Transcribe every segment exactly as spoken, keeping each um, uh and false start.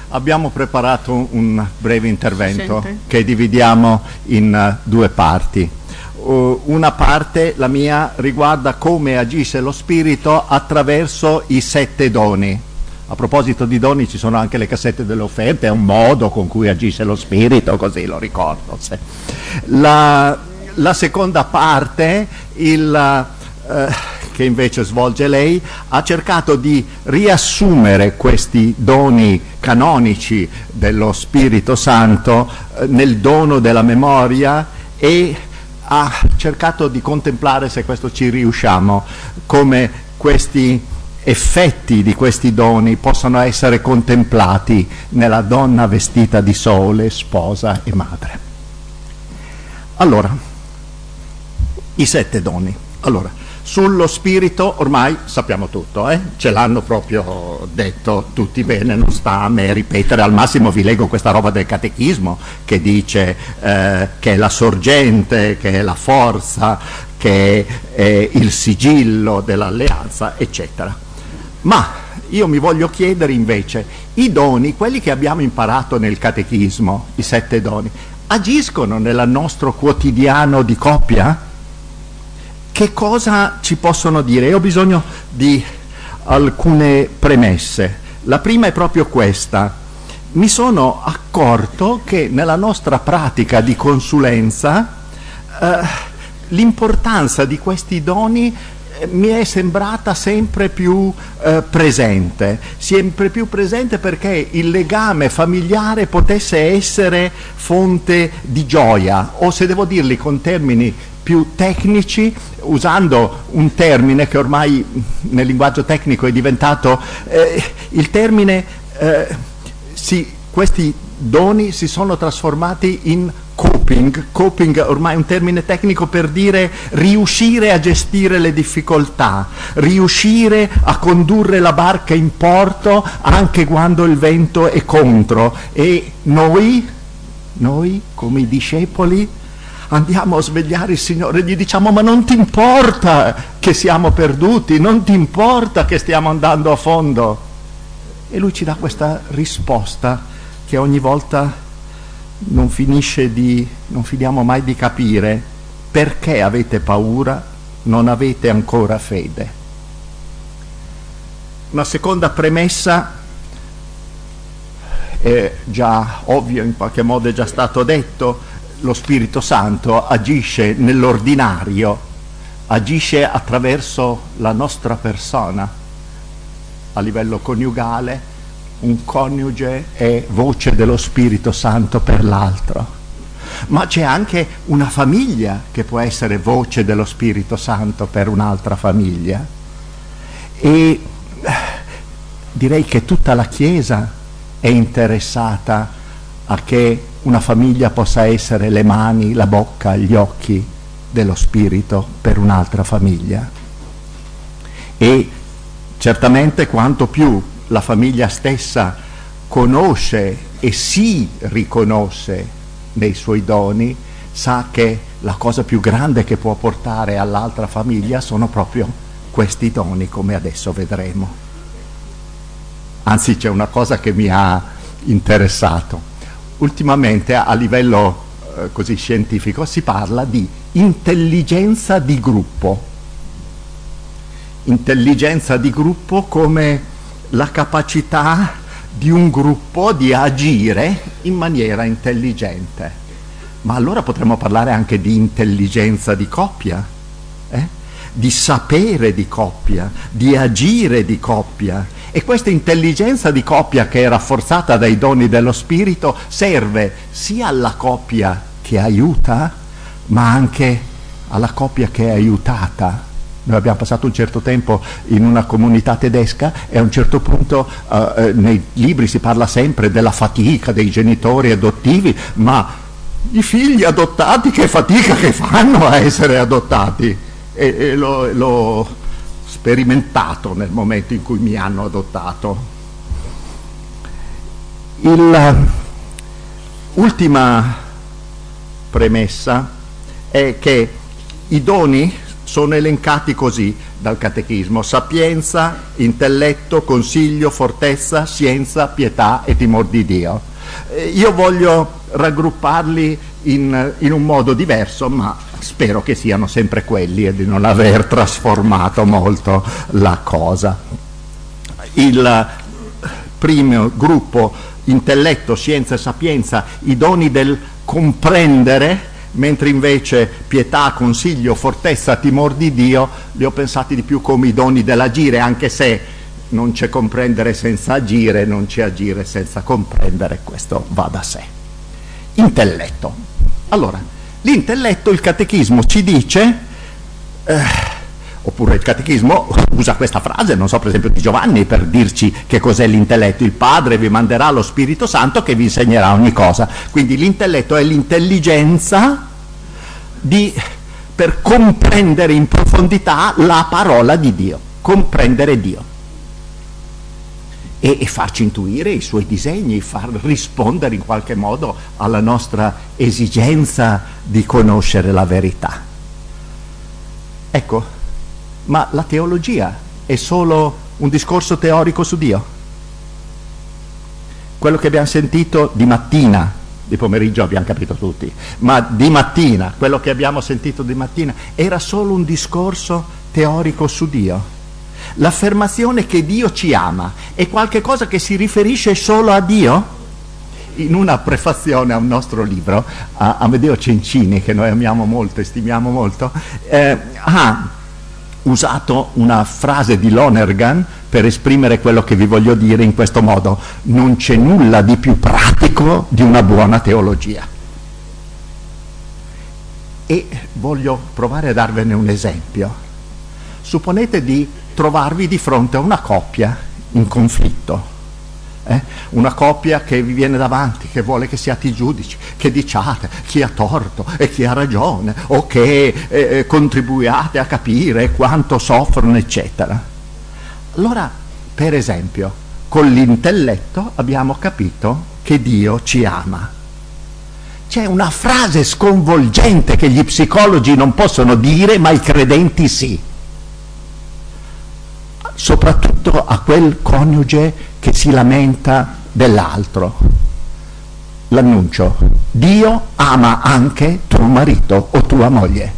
abbiamo preparato un breve intervento che dividiamo in uh, due parti. Uh, una parte, la mia, riguarda come agisce lo spirito attraverso i sette doni. A proposito di doni, ci sono anche le cassette delle offerte, è un modo con cui agisce lo spirito, così lo ricordo. La, la seconda parte, il, uh, che invece svolge lei, ha cercato di riassumere questi doni canonici dello Spirito Santo uh, nel dono della memoria e ha cercato di contemplare, se questo ci riusciamo, come questi effetti di questi doni possono essere contemplati nella donna vestita di sole, sposa e madre. Allora, i sette doni. Allora, sullo spirito ormai sappiamo tutto, eh? Ce l'hanno proprio detto tutti bene, non sta a me ripetere, al massimo vi leggo questa roba del catechismo che dice eh, che è la sorgente, che è la forza, che è il sigillo dell'alleanza, eccetera. Ma io mi voglio chiedere invece, i doni, quelli che abbiamo imparato nel catechismo, i sette doni, agiscono nel nostro quotidiano di coppia? Che cosa ci possono dire? Io ho bisogno di alcune premesse. La prima è proprio questa. Mi sono accorto che nella nostra pratica di consulenza eh, l'importanza di questi doni mi è sembrata sempre più eh, presente, sempre più presente perché il legame familiare potesse essere fonte di gioia, o se devo dirli con termini più tecnici, usando un termine che ormai nel linguaggio tecnico è diventato eh, il termine, eh, si, questi doni si sono trasformati in coping, coping ormai è un termine tecnico per dire riuscire a gestire le difficoltà, riuscire a condurre la barca in porto anche quando il vento è contro, e noi, noi come i discepoli andiamo a svegliare il Signore e gli diciamo: ma non ti importa che siamo perduti, non ti importa che stiamo andando a fondo? E Lui ci dà questa risposta che ogni volta non finisce di, non finiamo mai di capire: perché avete paura, non avete ancora fede. Una seconda premessa è già ovvio, in qualche modo è già stato detto: lo Spirito Santo agisce nell'ordinario, agisce attraverso la nostra persona, a livello coniugale. Un coniuge è voce dello Spirito Santo per l'altro, ma c'è anche una famiglia che può essere voce dello Spirito Santo per un'altra famiglia, e direi che tutta la Chiesa è interessata a che una famiglia possa essere le mani, la bocca, gli occhi dello Spirito per un'altra famiglia. E certamente quanto più la famiglia stessa conosce e si riconosce nei suoi doni, sa che la cosa più grande che può portare all'altra famiglia sono proprio questi doni, come adesso vedremo. Anzi, c'è una cosa che mi ha interessato. Ultimamente a livello eh, così scientifico si parla di intelligenza di gruppo. Intelligenza di gruppo come la capacità di un gruppo di agire in maniera intelligente. Ma allora potremmo parlare anche di intelligenza di coppia, eh? Di sapere di coppia, di agire di coppia. E questa intelligenza di coppia, che è rafforzata dai doni dello Spirito, serve sia alla coppia che aiuta, ma anche alla coppia che è aiutata. Noi abbiamo passato un certo tempo in una comunità tedesca e a un certo punto uh, nei libri si parla sempre della fatica dei genitori adottivi, ma i figli adottati che fatica che fanno a essere adottati, e, e l'ho, l'ho sperimentato nel momento in cui mi hanno adottato. L'ultima premessa è che i doni sono elencati così dal Catechismo: sapienza, intelletto, consiglio, fortezza, scienza, pietà e timor di Dio. Eh, io voglio raggrupparli in, in un modo diverso, ma spero che siano sempre quelli e di non aver trasformato molto la cosa. Il primo gruppo, intelletto, scienza e sapienza, i doni del comprendere, mentre invece pietà, consiglio, fortezza, timor di Dio li ho pensati di più come i doni dell'agire, anche se non c'è comprendere senza agire, non c'è agire senza comprendere, questo va da sé. Intelletto. Allora, l'intelletto, il Catechismo ci dice, eh, oppure il Catechismo usa questa frase, non so, per esempio di Giovanni, per dirci che cos'è l'intelletto: il Padre vi manderà lo Spirito Santo che vi insegnerà ogni cosa. Quindi l'intelletto è l'intelligenza di, per comprendere in profondità la parola di Dio, comprendere Dio e, e farci intuire i suoi disegni, far rispondere in qualche modo alla nostra esigenza di conoscere la verità. Ecco, ma la teologia è solo un discorso teorico su Dio? Quello che abbiamo sentito di mattina, di pomeriggio abbiamo capito tutti, ma di mattina, quello che abbiamo sentito di mattina, era solo un discorso teorico su Dio? L'affermazione che Dio ci ama è qualche cosa che si riferisce solo a Dio? In una prefazione a un nostro libro, a Amedeo Cencini, che noi amiamo molto e stimiamo molto, eh, ha usato una frase di Lonergan per esprimere quello che vi voglio dire in questo modo: non c'è nulla di più pratico di una buona teologia. E voglio provare a darvene un esempio. Supponete di trovarvi di fronte a una coppia in conflitto, eh? Una coppia che vi viene davanti, che vuole che siate i giudici, che diciate chi ha torto e chi ha ragione, o che eh, contribuiate a capire quanto soffrono, eccetera. Allora, per esempio, con l'intelletto abbiamo capito che Dio ci ama. C'è una frase sconvolgente che gli psicologi non possono dire, ma i credenti sì. Soprattutto a quel coniuge che si lamenta dell'altro. L'annuncio: Dio ama anche tuo marito o tua moglie.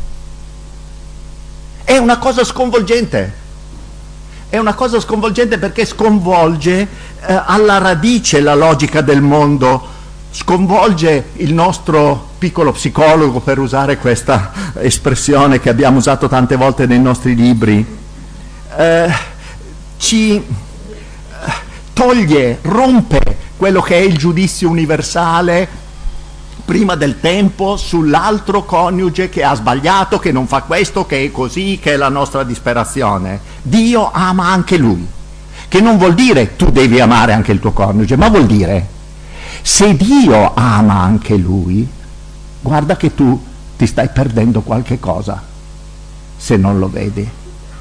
È una cosa sconvolgente. È una cosa sconvolgente perché sconvolge eh, alla radice la logica del mondo, sconvolge il nostro piccolo psicologo, per usare questa espressione che abbiamo usato tante volte nei nostri libri. Eh, ci toglie, rompe quello che è il giudizio universale prima del tempo sull'altro coniuge che ha sbagliato, che non fa questo, che è così, che è la nostra disperazione. Dio ama anche lui, che non vuol dire tu devi amare anche il tuo coniuge, ma vuol dire se Dio ama anche lui, guarda che tu ti stai perdendo qualche cosa se non lo vedi.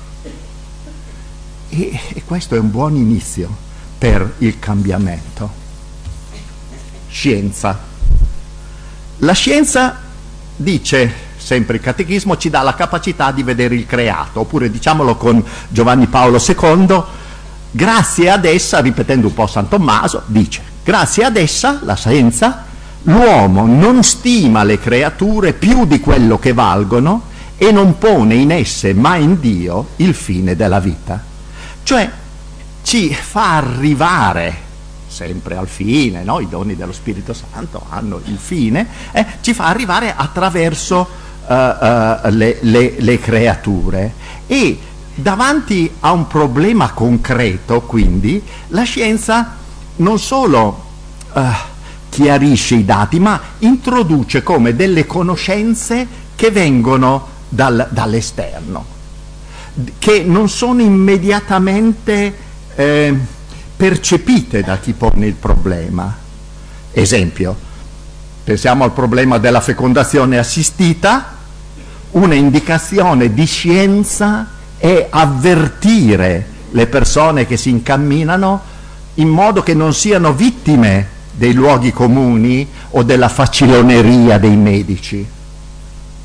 E, e questo è un buon inizio per il cambiamento. Scienza. La scienza, dice sempre il Catechismo, ci dà la capacità di vedere il creato, oppure diciamolo con Giovanni Paolo secondo, grazie ad essa, ripetendo un po' San Tommaso, dice: grazie ad essa, la scienza, l'uomo non stima le creature più di quello che valgono e non pone in esse, ma in Dio, il fine della vita. Cioè ci fa arrivare sempre al fine, no? I doni dello Spirito Santo hanno il fine, eh? Ci fa arrivare attraverso uh, uh, le, le, le creature, e davanti a un problema concreto, quindi, la scienza non solo uh, chiarisce i dati, ma introduce come delle conoscenze che vengono dal, dall'esterno, che non sono immediatamente eh, percepite da chi pone il problema. Esempio, pensiamo al problema della fecondazione assistita. Una indicazione di scienza è avvertire le persone che si incamminano in modo che non siano vittime dei luoghi comuni o della faciloneria dei medici,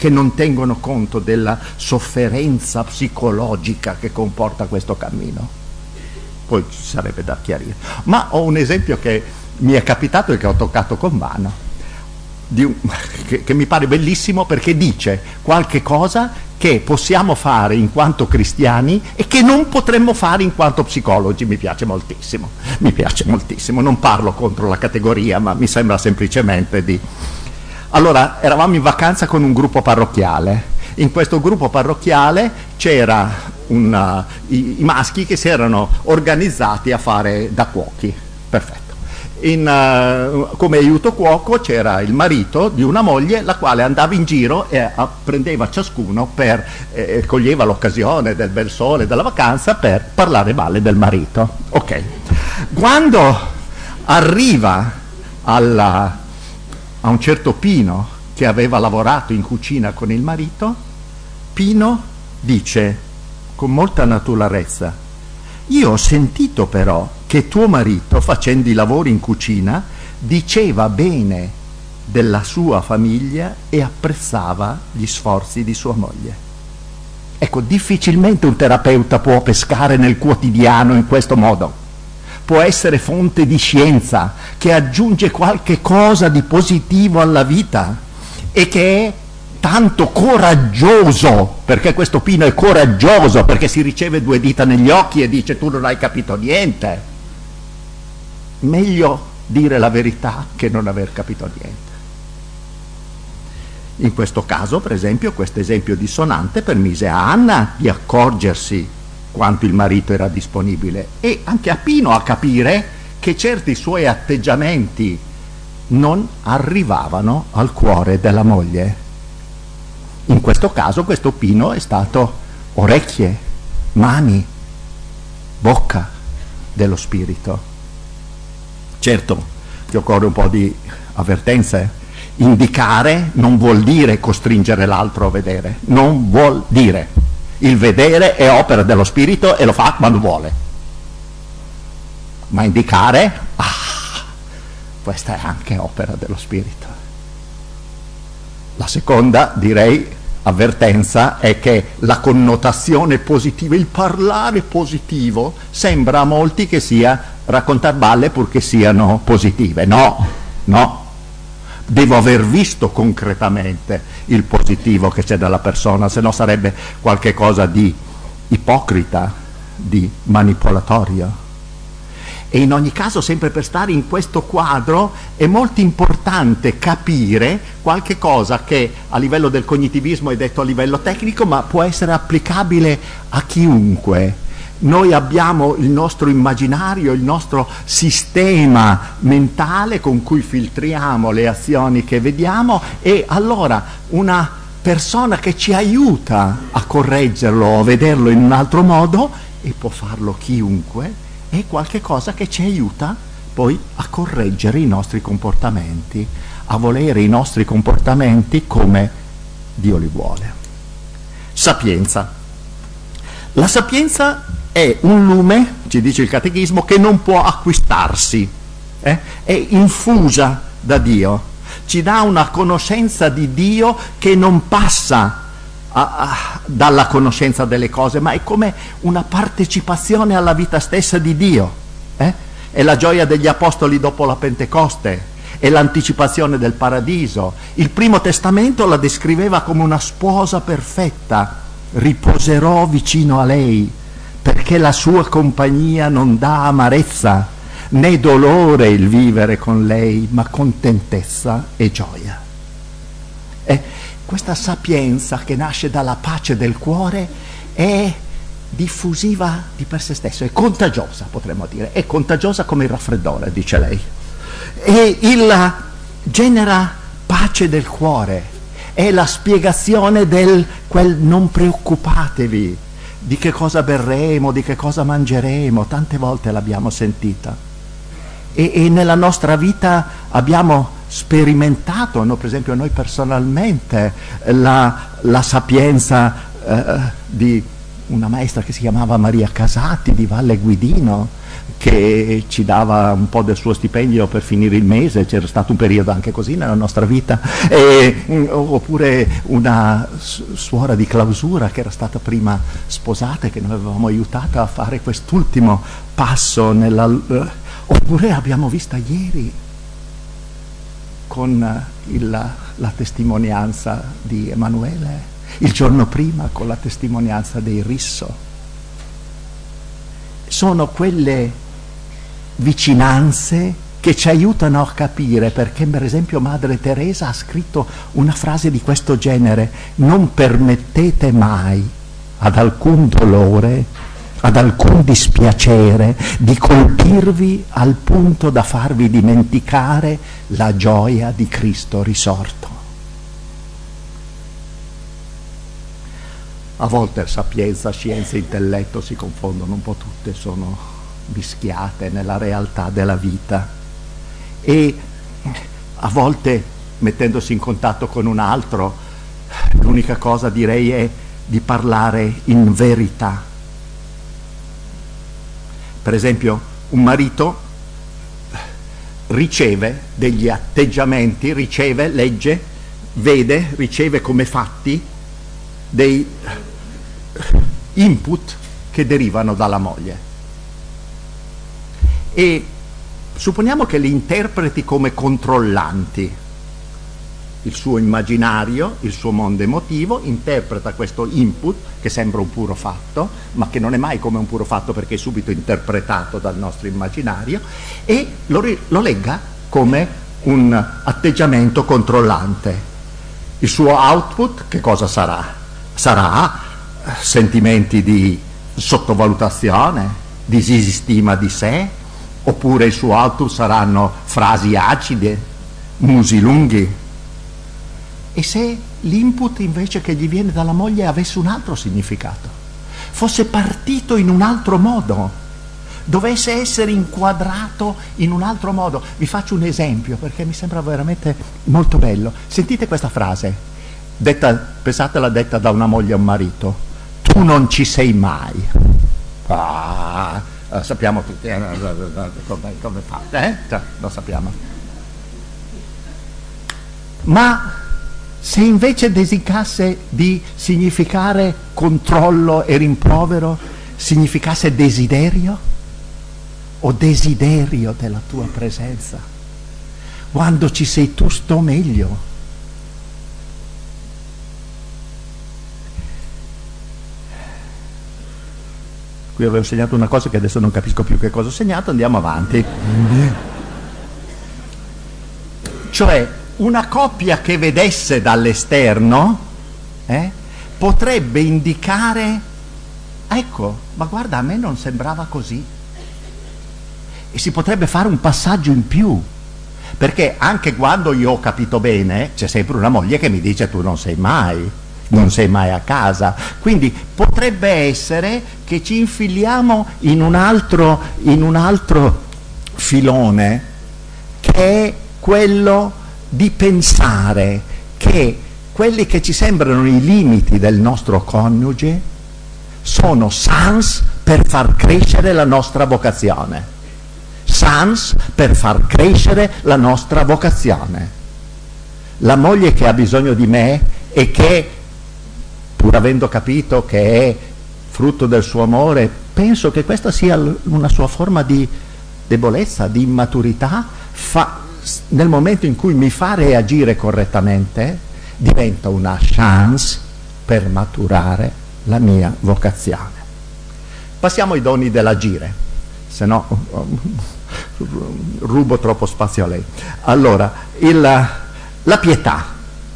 che non tengono conto della sofferenza psicologica che comporta questo cammino. Poi ci sarebbe da chiarire. Ma ho un esempio che mi è capitato e che ho toccato con mano, di un, che, che mi pare bellissimo, perché dice qualche cosa che possiamo fare in quanto cristiani e che non potremmo fare in quanto psicologi. Mi piace moltissimo, mi piace moltissimo, non parlo contro la categoria, ma mi sembra semplicemente di... Allora, eravamo in vacanza con un gruppo parrocchiale. In questo gruppo parrocchiale c'era una, i, i maschi che si erano organizzati a fare da cuochi. Perfetto. In, uh, come aiuto cuoco c'era il marito di una moglie, la quale andava in giro e uh, prendeva ciascuno per, eh, coglieva l'occasione del bel sole, della vacanza, per parlare male del marito. Ok. Quando arriva alla, a un certo Pino che aveva lavorato in cucina con il marito, Pino dice con molta naturalezza: io ho sentito però che tuo marito, facendo i lavori in cucina, diceva bene della sua famiglia e apprezzava gli sforzi di sua moglie. Ecco, difficilmente un terapeuta può pescare nel quotidiano in questo modo. Può essere fonte di scienza che aggiunge qualche cosa di positivo alla vita e che è tanto coraggioso, perché questo Pino è coraggioso, perché si riceve due dita negli occhi e dice: tu non hai capito niente. Meglio dire la verità che non aver capito niente. In questo caso, per esempio, questo esempio dissonante permise a Anna di accorgersi quanto il marito era disponibile e anche a Pino a capire che certi suoi atteggiamenti non arrivavano al cuore della moglie. In questo caso questo Pino è stato orecchie, mani, bocca dello spirito. Certo che occorre un po' di avvertenze. Indicare non vuol dire costringere l'altro a vedere, non vuol dire. Il vedere è opera dello spirito e lo fa quando vuole. Ma indicare, ah, questa è anche opera dello spirito. La seconda, direi, avvertenza è che la connotazione positiva, il parlare positivo, sembra a molti che sia raccontare balle purché siano positive. No, no. Devo aver visto concretamente il positivo che c'è nella persona, se no sarebbe qualche cosa di ipocrita, di manipolatorio. E in ogni caso, sempre per stare in questo quadro, è molto importante capire qualche cosa che a livello del cognitivismo è detto a livello tecnico, ma può essere applicabile a chiunque. Noi abbiamo il nostro immaginario, il nostro sistema mentale con cui filtriamo le azioni che vediamo, e allora una persona che ci aiuta a correggerlo, a vederlo in un altro modo, e può farlo chiunque, è qualche cosa che ci aiuta poi a correggere i nostri comportamenti, a volere i nostri comportamenti come Dio li vuole. Sapienza. La sapienza è un lume, ci dice il catechismo, che non può acquistarsi, eh? È infusa da Dio, ci dà una conoscenza di Dio che non passa a, a, dalla conoscenza delle cose, ma è come una partecipazione alla vita stessa di Dio. Eh? È la gioia degli apostoli dopo la Pentecoste, è l'anticipazione del paradiso. Il Primo Testamento la descriveva come una sposa perfetta: riposerò vicino a lei, perché la sua compagnia non dà amarezza né dolore il vivere con lei, ma contentezza e gioia. E questa sapienza che nasce dalla pace del cuore è diffusiva di per sé stesso, è contagiosa, potremmo dire, è contagiosa come il raffreddore, dice lei, e il genera pace del cuore, è la spiegazione del quel non preoccupatevi di che cosa berremo, di che cosa mangeremo, tante volte l'abbiamo sentita. E, e nella nostra vita abbiamo sperimentato, no, per esempio noi personalmente, la, la sapienza eh, di una maestra che si chiamava Maria Casati di Valle Guidino, che ci dava un po' del suo stipendio per finire il mese, c'era stato un periodo anche così nella nostra vita, e, oppure una suora di clausura che era stata prima sposata e che noi avevamo aiutato a fare quest'ultimo passo nella, oppure abbiamo vista ieri con il, la testimonianza di Emanuele, il giorno prima con la testimonianza dei Risso. Sono quelle vicinanze che ci aiutano a capire perché, per esempio, Madre Teresa ha scritto una frase di questo genere: non permettete mai ad alcun dolore, ad alcun dispiacere di colpirvi al punto da farvi dimenticare la gioia di Cristo risorto. A volte sapienza, scienza e intelletto si confondono un po' tutte, sono mischiate nella realtà della vita, e a volte, mettendosi in contatto con un altro, l'unica cosa direi è di parlare in verità. Per esempio, un marito riceve degli atteggiamenti, riceve, legge, vede, riceve come fatti dei input che derivano dalla moglie, e supponiamo che li interpreti come controllanti. Il suo immaginario, il suo mondo emotivo interpreta questo input che sembra un puro fatto, ma che non è mai come un puro fatto perché è subito interpretato dal nostro immaginario, e lo, lo legga come un atteggiamento controllante. Il suo output che cosa sarà? Sarà sentimenti di sottovalutazione, di disistima di sé, oppure il suo output saranno frasi acide, musi lunghi. E se l'input invece che gli viene dalla moglie avesse un altro significato, fosse partito in un altro modo, dovesse essere inquadrato in un altro modo? Vi faccio un esempio perché mi sembra veramente molto bello. Sentite questa frase, detta, pensatela detta da una moglie a un marito: tu non ci sei mai. Ah, sappiamo tutti eh, come, come fate, eh? Cioè, lo sappiamo. Ma se invece desiderasse di significare controllo e rimprovero, significasse desiderio o desiderio della tua presenza, quando ci sei tu sto meglio. Qui avevo segnato una cosa che adesso non capisco più che cosa ho segnato, andiamo avanti. Cioè, una coppia che vedesse dall'esterno eh, potrebbe indicare: ecco, ma guarda, a me non sembrava così. E si potrebbe fare un passaggio in più, perché anche quando io ho capito bene, c'è sempre una moglie che mi dice: tu non sei mai, non sei mai a casa. Quindi potrebbe essere che ci infiliamo in un altro, in un altro filone, che è quello di pensare che quelli che ci sembrano i limiti del nostro coniuge sono sans per far crescere la nostra vocazione. Sans per far crescere la nostra vocazione. La moglie che ha bisogno di me e che, pur avendo capito che è frutto del suo amore, penso che questa sia una sua forma di debolezza, di immaturità, fa, nel momento in cui mi fa reagire correttamente, diventa una chance per maturare la mia vocazione. Passiamo ai doni dell'agire, se no rubo troppo spazio a lei. Allora, il, la pietà.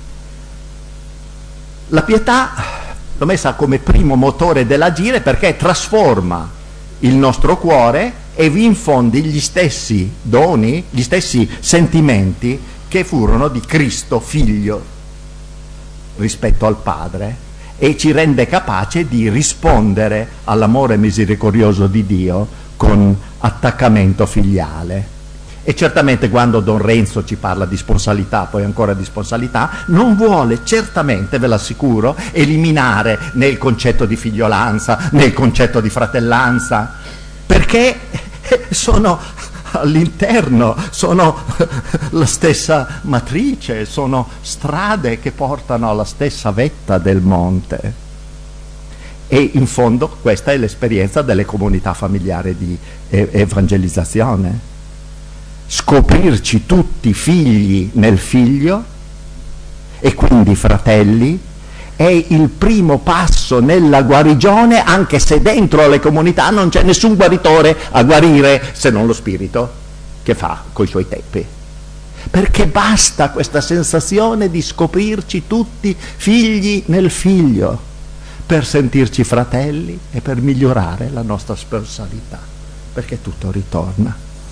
La pietà l'ho messa come primo motore dell'agire perché trasforma il nostro cuore e vi infondi gli stessi doni, gli stessi sentimenti che furono di Cristo figlio rispetto al Padre, e ci rende capace di rispondere all'amore misericordioso di Dio con attaccamento filiale. E certamente quando Don Renzo ci parla di sponsalità, poi ancora di sponsalità, non vuole certamente, ve l'assicuro, eliminare né il concetto di figliolanza né il concetto di fratellanza, perché eh, sono all'interno, sono la stessa matrice, sono strade che portano alla stessa vetta del monte. E in fondo questa è l'esperienza delle comunità familiari di e- evangelizzazione. Scoprirci tutti figli nel figlio e quindi fratelli è il primo passo nella guarigione, anche se dentro le comunità non c'è nessun guaritore a guarire se non lo spirito che fa coi suoi teppi. Perché basta questa sensazione di scoprirci tutti figli nel figlio per sentirci fratelli e per migliorare la nostra personalità, perché tutto ritorna.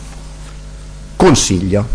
Consiglio.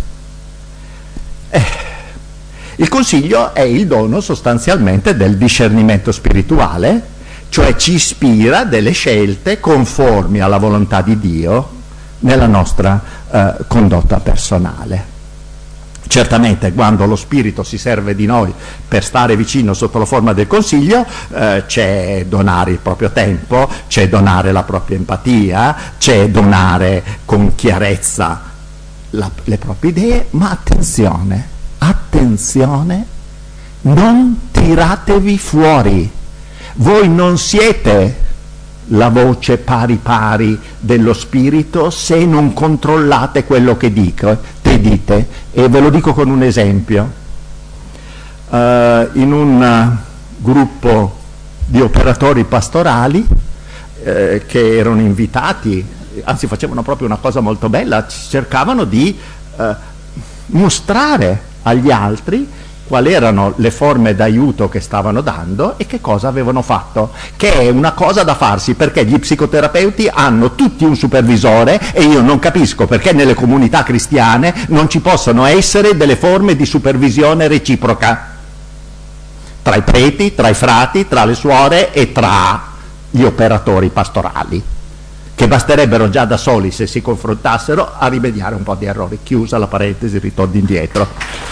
Eh. Il consiglio è il dono sostanzialmente del discernimento spirituale, cioè ci ispira delle scelte conformi alla volontà di Dio nella nostra eh, condotta personale. Certamente quando lo spirito si serve di noi per stare vicino sotto la forma del consiglio, eh, c'è donare il proprio tempo, c'è donare la propria empatia, c'è donare con chiarezza la, le proprie idee, ma attenzione, attenzione, non tiratevi fuori. Voi non siete la voce pari pari dello spirito se non controllate quello che dico, te dite. E ve lo dico con un esempio. Uh, in un uh, gruppo di operatori pastorali uh, che erano invitati, anzi facevano proprio una cosa molto bella, cercavano di uh, mostrare agli altri quali erano le forme d'aiuto che stavano dando e che cosa avevano fatto, che è una cosa da farsi perché gli psicoterapeuti hanno tutti un supervisore e io non capisco perché nelle comunità cristiane non ci possono essere delle forme di supervisione reciproca tra i preti, tra i frati, tra le suore e tra gli operatori pastorali, che basterebbero già da soli, se si confrontassero, a rimediare un po' di errori. Chiusa la parentesi, ritorno indietro.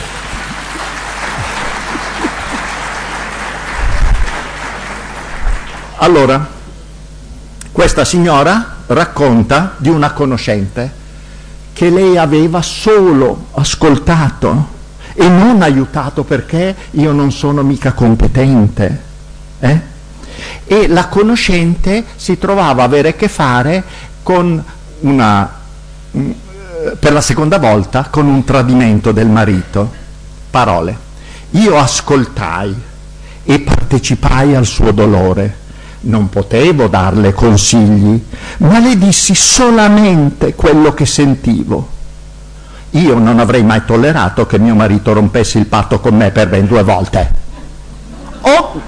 Allora, questa signora racconta di una conoscente che lei aveva solo ascoltato e non aiutato perché io non sono mica competente. Eh? E la conoscente si trovava a avere a che fare con una, per la seconda volta, con un tradimento del marito. Parole. Io ascoltai e partecipai al suo dolore. Non potevo darle consigli, ma le dissi solamente quello che sentivo. Io non avrei mai tollerato che mio marito rompesse il patto con me per ben due volte. Oh,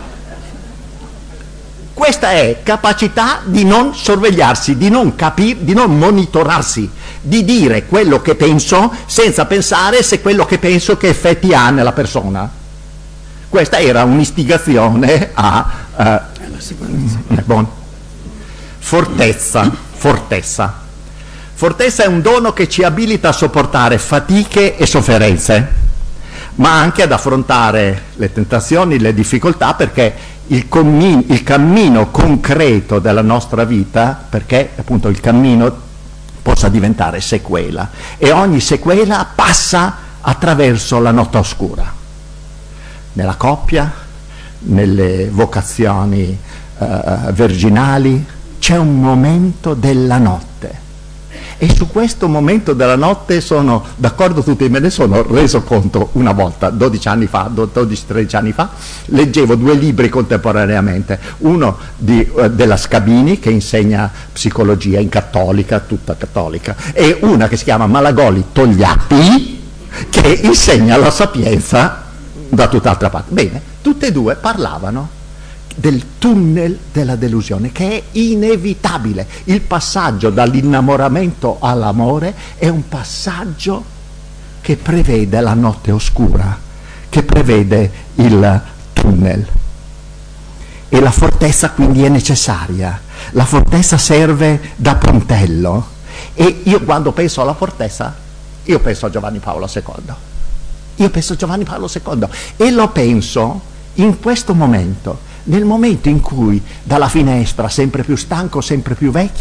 questa è capacità di non sorvegliarsi, di non capire, di non monitorarsi, di dire quello che penso senza pensare se quello che penso che effetti ha nella persona. Questa era un'istigazione a uh, eh, bon. fortezza, fortezza. Fortezza è un dono che ci abilita a sopportare fatiche e sofferenze, ma anche ad affrontare le tentazioni, le difficoltà, perché il, commin- il cammino concreto della nostra vita, perché appunto il cammino possa diventare sequela, e ogni sequela passa attraverso la notte oscura. Nella coppia, nelle vocazioni uh, virginali, c'è un momento della notte. E su questo momento della notte sono d'accordo tutti, me ne sono reso conto una volta, dodici anni fa, dodici tredici anni fa, leggevo due libri contemporaneamente, uno di, uh, della Scabini, che insegna psicologia in cattolica, tutta cattolica, e una che si chiama Malagoli Togliatti, che insegna la sapienza da tutt'altra parte. Bene, tutte e due parlavano del tunnel della delusione, che è inevitabile. Il passaggio dall'innamoramento all'amore è un passaggio che prevede la notte oscura, che prevede il tunnel. E la fortezza quindi è necessaria. La fortezza serve da puntello. E io quando penso alla fortezza, io penso a Giovanni Paolo secondo. Io penso a Giovanni Paolo secondo e lo penso in questo momento, nel momento in cui dalla finestra, sempre più stanco, sempre più vecchia,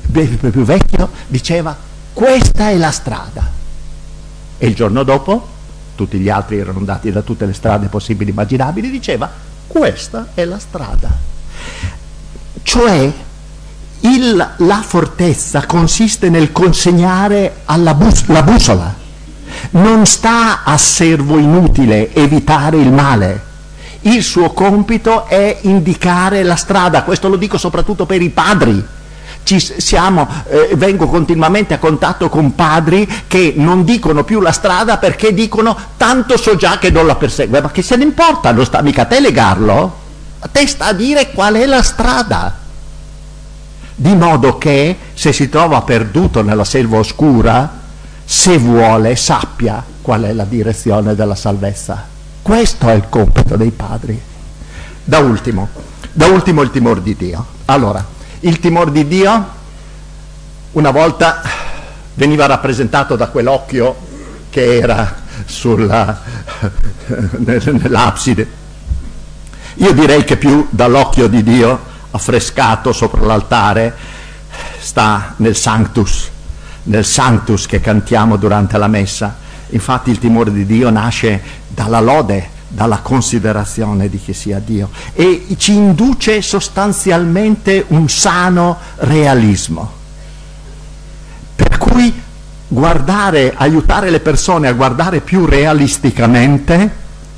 più vecchio diceva: questa è la strada. E il giorno dopo, tutti gli altri erano andati da tutte le strade possibili e immaginabili, diceva: questa è la strada. Cioè, il, la fortezza consiste nel consegnare alla bus- la bussola. Non sta a servo inutile evitare il male. Il suo compito è indicare la strada. Questo lo dico soprattutto per i padri. Ci siamo, eh, vengo continuamente a contatto con padri che non dicono più la strada perché dicono: tanto so già che non la persegue. Ma che se ne importa? Non sta mica a te legarlo? A te sta a dire qual è la strada. Di modo che se si trova perduto nella selva oscura, se vuole sappia qual è la direzione della salvezza. Questo è il compito dei padri. Da ultimo, da ultimo il timore di Dio. Allora, il timore di Dio una volta veniva rappresentato da quell'occhio che era sulla, nell'abside. Io direi che più dall'occhio di Dio affrescato sopra l'altare sta nel Sanctus, nel Sanctus che cantiamo durante la messa. Infatti il timore di Dio nasce dalla lode, dalla considerazione di chi sia Dio, e ci induce sostanzialmente un sano realismo. Per cui guardare, aiutare le persone a guardare più realisticamente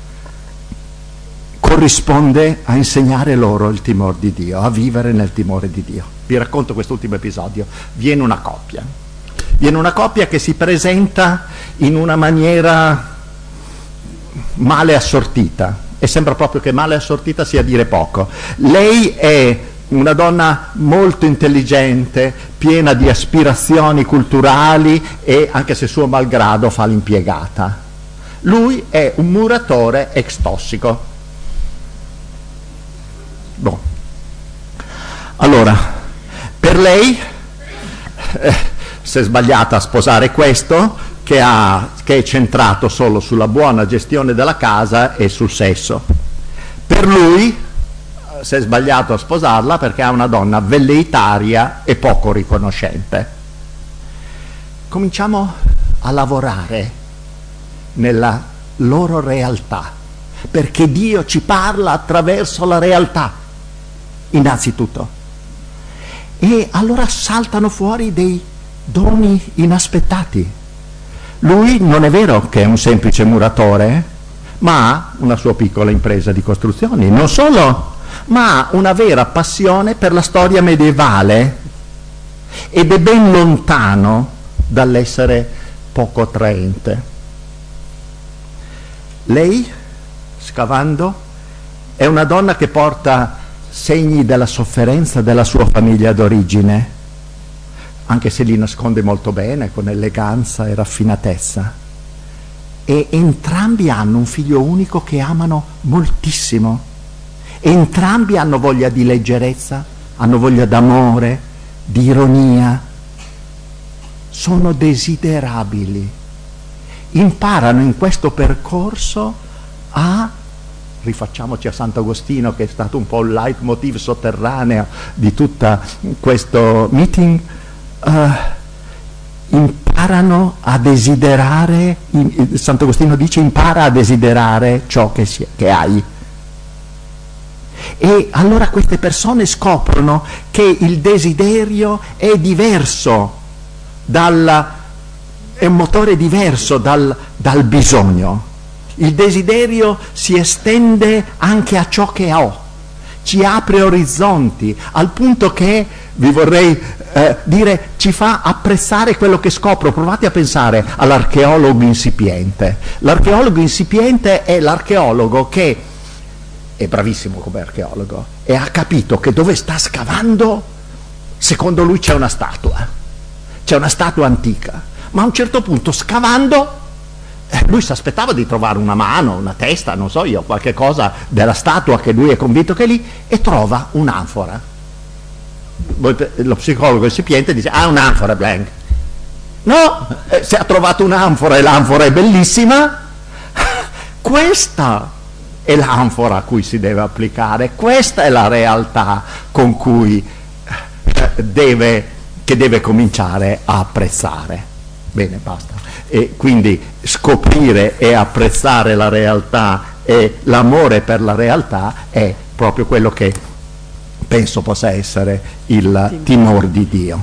corrisponde a insegnare loro il timore di Dio, a vivere nel timore di Dio. Vi racconto quest'ultimo episodio. Viene una coppia. Viene una coppia che si presenta in una maniera male assortita, e sembra proprio che male assortita sia dire poco. Lei è una donna molto intelligente, piena di aspirazioni culturali e, anche se suo malgrado, fa l'impiegata. Lui è un muratore ex tossico. Boh. Allora, per lei eh, si è sbagliata a sposare questo che, ha, che è centrato solo sulla buona gestione della casa e sul sesso. Per lui si è sbagliato a sposarla perché è una donna velleitaria e poco riconoscente. Cominciamo a lavorare nella loro realtà, perché Dio ci parla attraverso la realtà, innanzitutto. E allora saltano fuori dei doni inaspettati. Lui non è vero che è un semplice muratore, ma ha una sua piccola impresa di costruzioni. Non solo, ma ha una vera passione per la storia medievale ed è ben lontano dall'essere poco attraente. Lei, scavando, è una donna che porta segni della sofferenza della sua famiglia d'origine, anche se li nasconde molto bene, con eleganza e raffinatezza. E entrambi hanno un figlio unico che amano moltissimo. Entrambi hanno voglia di leggerezza, hanno voglia d'amore, di ironia. Sono desiderabili. Imparano in questo percorso a, rifacciamoci a Sant'Agostino, che è stato un po' il leitmotiv sotterraneo di tutto questo meeting, uh, imparano a desiderare, in, Sant'Agostino dice: impara a desiderare ciò che, si, che hai. E allora queste persone scoprono che il desiderio è diverso, dal, è un motore diverso dal, dal bisogno. Il desiderio si estende anche a ciò che ho, ci apre orizzonti, al punto che, vi vorrei eh, dire, ci fa apprezzare quello che scopro. Provate a pensare all'archeologo insipiente. L'archeologo insipiente è l'archeologo che è bravissimo come archeologo e ha capito che dove sta scavando, secondo lui, c'è una statua, c'è una statua antica, ma a un certo punto, scavando, lui si aspettava di trovare una mano, una testa, non so io, qualche cosa della statua che lui è convinto che è lì, e trova un'anfora. Lo psicologo insipiente dice: ah, un'anfora, blank. No, eh, se ha trovato un'anfora e l'anfora è bellissima, questa è l'anfora a cui si deve applicare, questa è la realtà con cui deve che deve cominciare a apprezzare. Bene, basta. E quindi scoprire e apprezzare la realtà e l'amore per la realtà è proprio quello che penso possa essere il timore di Dio.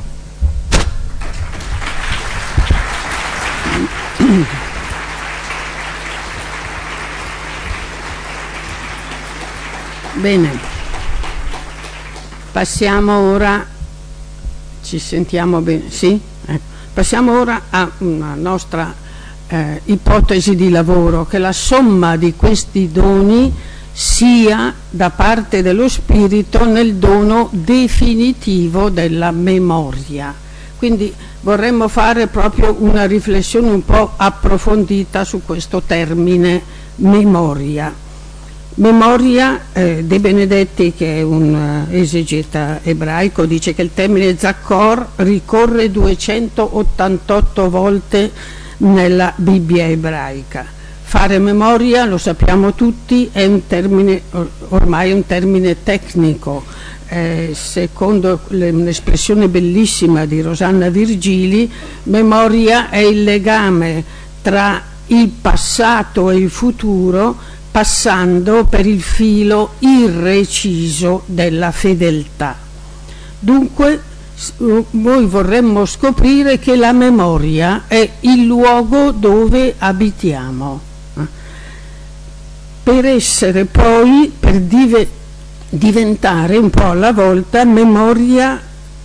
Bene, passiamo ora, ci sentiamo bene, sì? Ecco. Passiamo ora a una nostra eh, ipotesi di lavoro, che la somma di questi doni sia da parte dello Spirito nel dono definitivo della memoria. Quindi vorremmo fare proprio una riflessione un po' approfondita su questo termine memoria. Memoria eh, De Benedetti, che è un uh, esegeta ebraico, dice che il termine Zaccor ricorre duecentottantotto volte nella Bibbia ebraica. Fare memoria, lo sappiamo tutti, è un termine, ormai un termine tecnico. Eh, secondo un'espressione bellissima di Rosanna Virgili, memoria è il legame tra il passato e il futuro, passando per il filo irreciso della fedeltà. Dunque noi vorremmo scoprire che la memoria è il luogo dove abitiamo, per essere poi, per dive, diventare un po' alla volta memoria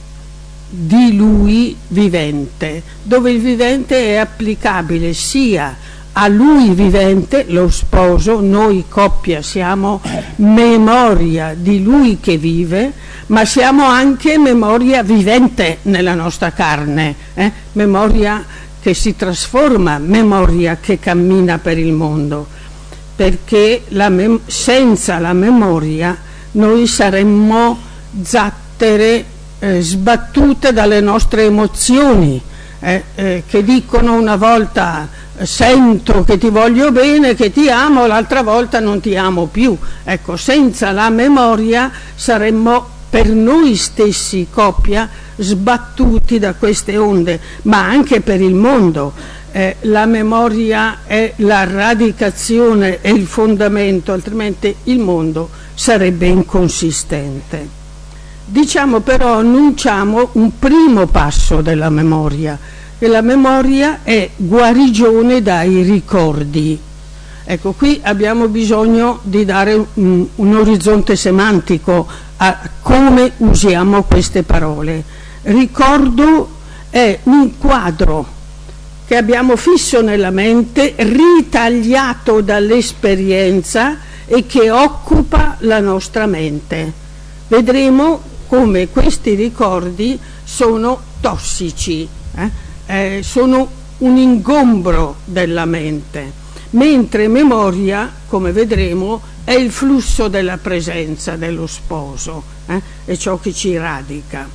di lui vivente, dove il vivente è applicabile sia a lui vivente, lo sposo, noi coppia siamo memoria di lui che vive, ma siamo anche memoria vivente nella nostra carne, eh? Memoria che si trasforma, memoria che cammina per il mondo, perché la mem- senza la memoria noi saremmo zattere eh, sbattute dalle nostre emozioni, eh, eh, che dicono una volta sento che ti voglio bene, che ti amo, l'altra volta non ti amo più. Ecco, senza la memoria saremmo per noi stessi, coppia, sbattuti da queste onde, ma anche per il mondo. Eh, la memoria è la radicazione e il fondamento, altrimenti il mondo sarebbe inconsistente. Diciamo però, annunciamo un primo passo della memoria, che la memoria è guarigione dai ricordi. Ecco, qui abbiamo bisogno di dare un, un orizzonte semantico a come usiamo queste parole. Ricordo è un quadro che abbiamo fisso nella mente, ritagliato dall'esperienza e che occupa la nostra mente. Vedremo come questi ricordi sono tossici, eh? Eh, sono un ingombro della mente, mentre memoria, come vedremo, è il flusso della presenza dello sposo, eh? È ciò che ci radica.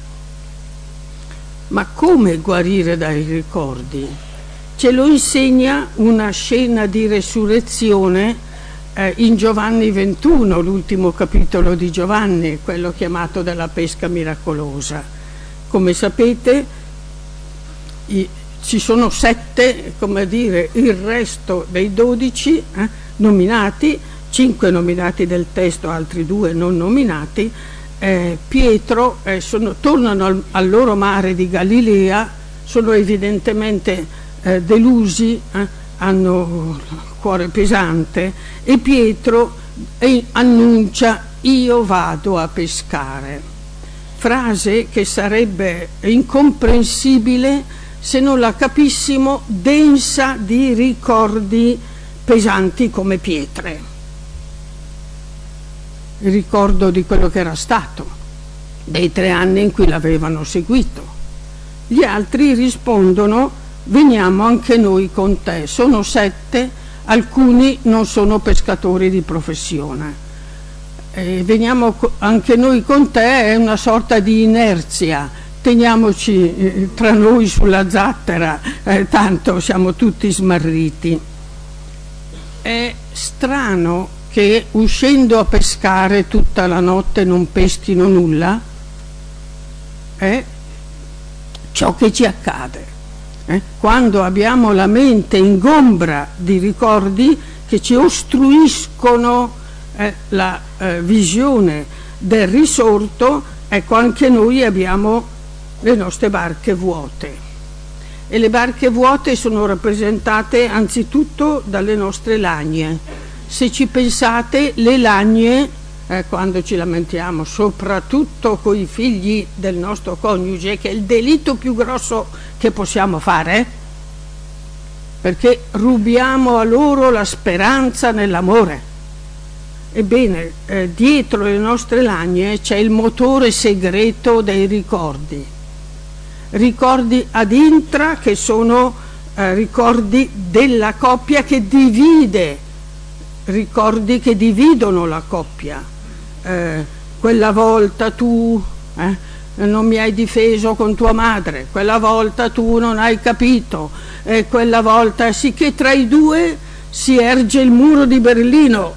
Ma come guarire dai ricordi? Ce lo insegna una scena di resurrezione eh, in Giovanni ventuno, l'ultimo capitolo di Giovanni, quello chiamato della pesca miracolosa. Come sapete, I, ci sono sette, come dire, il resto dei dodici eh, nominati, cinque nominati del testo, altri due non nominati. eh, Pietro eh, sono, tornano al, al loro mare di Galilea, sono evidentemente eh, delusi, eh, hanno il cuore pesante, e Pietro eh, annuncia: io vado a pescare, frase che sarebbe incomprensibile se non la capissimo densa di ricordi pesanti come pietre. Il ricordo di quello che era stato, dei tre anni in cui l'avevano seguito. Gli altri rispondono: veniamo anche noi con te. Sono sette, alcuni non sono pescatori di professione. E veniamo anche noi con te è una sorta di inerzia. Teniamoci eh, tra noi sulla zattera, eh, tanto siamo tutti smarriti. È strano che uscendo a pescare tutta la notte non peschino nulla? Eh? ciò che ci accade. Eh? Quando abbiamo la mente ingombra di ricordi che ci ostruiscono eh, la eh, visione del risorto, ecco, anche noi abbiamo le nostre barche vuote. E le barche vuote sono rappresentate anzitutto dalle nostre lagne. Se ci pensate, le lagne, eh, quando ci lamentiamo, soprattutto con i figli del nostro coniuge, che è il delitto più grosso che possiamo fare, perché rubiamo a loro la speranza nell'amore. Ebbene, eh, dietro le nostre lagne c'è il motore segreto dei ricordi. Ricordi ad intra, che sono eh, ricordi della coppia che divide, ricordi che dividono la coppia. Eh, quella volta tu eh, non mi hai difeso con tua madre, quella volta tu non hai capito, eh, quella volta sì, che tra i due si erge il muro di Berlino,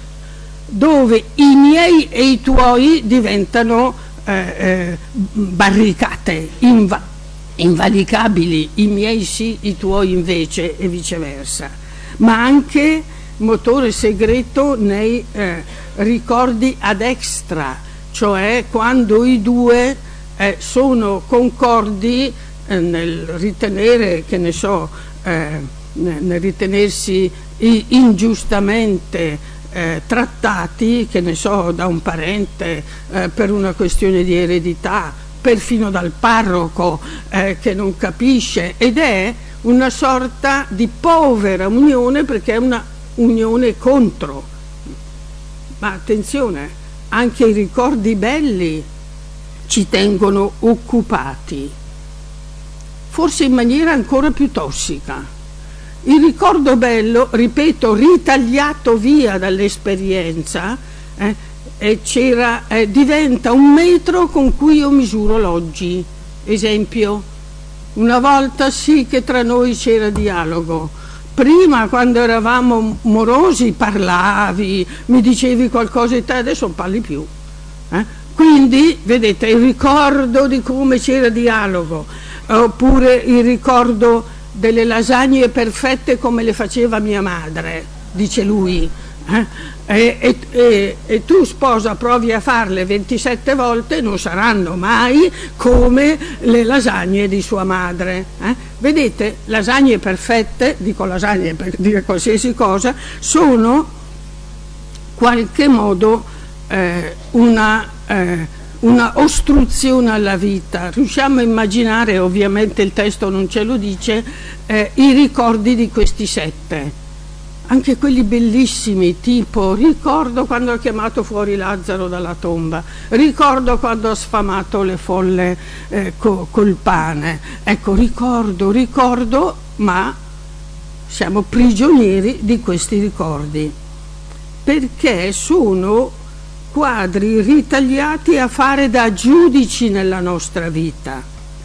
dove i miei e i tuoi diventano Eh, eh, barricate inva invalicabili, i miei sì, i tuoi invece, e viceversa. Ma anche motore segreto nei eh, ricordi ad extra, cioè quando i due eh, sono concordi eh, nel ritenere, che ne so, eh, nel ritenersi ingiustamente Eh, trattati, che ne so, da un parente eh, per una questione di eredità, perfino dal parroco eh, che non capisce, ed è una sorta di povera unione, perché è una unione contro. Ma attenzione, anche i ricordi belli ci tengono occupati, forse in maniera ancora più tossica. Il ricordo bello, ripeto, ritagliato via dall'esperienza, eh, eh, c'era, eh, diventa un metro con cui io misuro l'oggi. Esempio, una volta sì che tra noi c'era dialogo. Prima, quando eravamo morosi, parlavi, mi dicevi qualcosa di te, adesso non parli più. Eh? Quindi, vedete, il ricordo di come c'era dialogo, oppure il ricordo delle lasagne perfette come le faceva mia madre, dice lui, eh? e, e, e, e tu sposa provi a farle ventisette volte, non saranno mai come le lasagne di sua madre. Eh? Vedete, lasagne perfette, dico lasagne per dire qualsiasi cosa, sono qualche modo eh, una... Eh, una ostruzione alla vita. Riusciamo a immaginare, ovviamente il testo non ce lo dice, eh, i ricordi di questi sette, anche quelli bellissimi, tipo ricordo quando ho chiamato fuori Lazzaro dalla tomba, ricordo quando ho sfamato le folle eh, co, col pane, ecco, ricordo, ricordo, ma siamo prigionieri di questi ricordi, perché sono quadri ritagliati a fare da giudici nella nostra vita.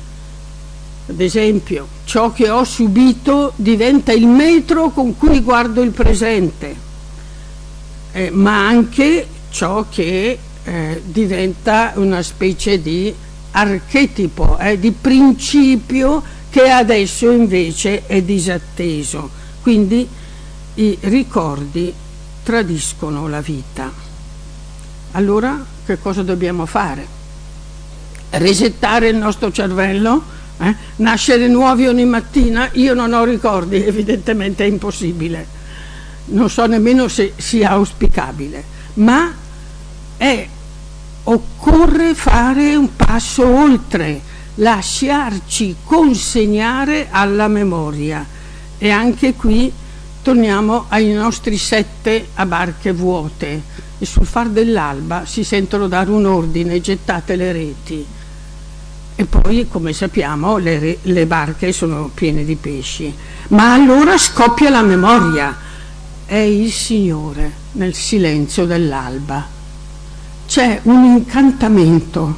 Ad esempio, ciò che ho subito diventa il metro con cui guardo il presente, eh, ma anche ciò che eh, diventa una specie di archetipo, eh, di principio che adesso invece è disatteso. Quindi i ricordi tradiscono la vita. Allora che cosa dobbiamo fare? Resettare il nostro cervello? Eh? Nascere nuovi ogni mattina? Io non ho ricordi, evidentemente è impossibile, non so nemmeno se sia auspicabile, ma è, occorre fare un passo oltre, lasciarci consegnare alla memoria. E anche qui torniamo ai nostri sette a barche vuote, e sul far dell'alba si sentono dare un ordine: gettate le reti. E poi, come sappiamo, le, le barche sono piene di pesci. Ma allora scoppia la memoria: è il Signore nel silenzio dell'alba. C'è un incantamento,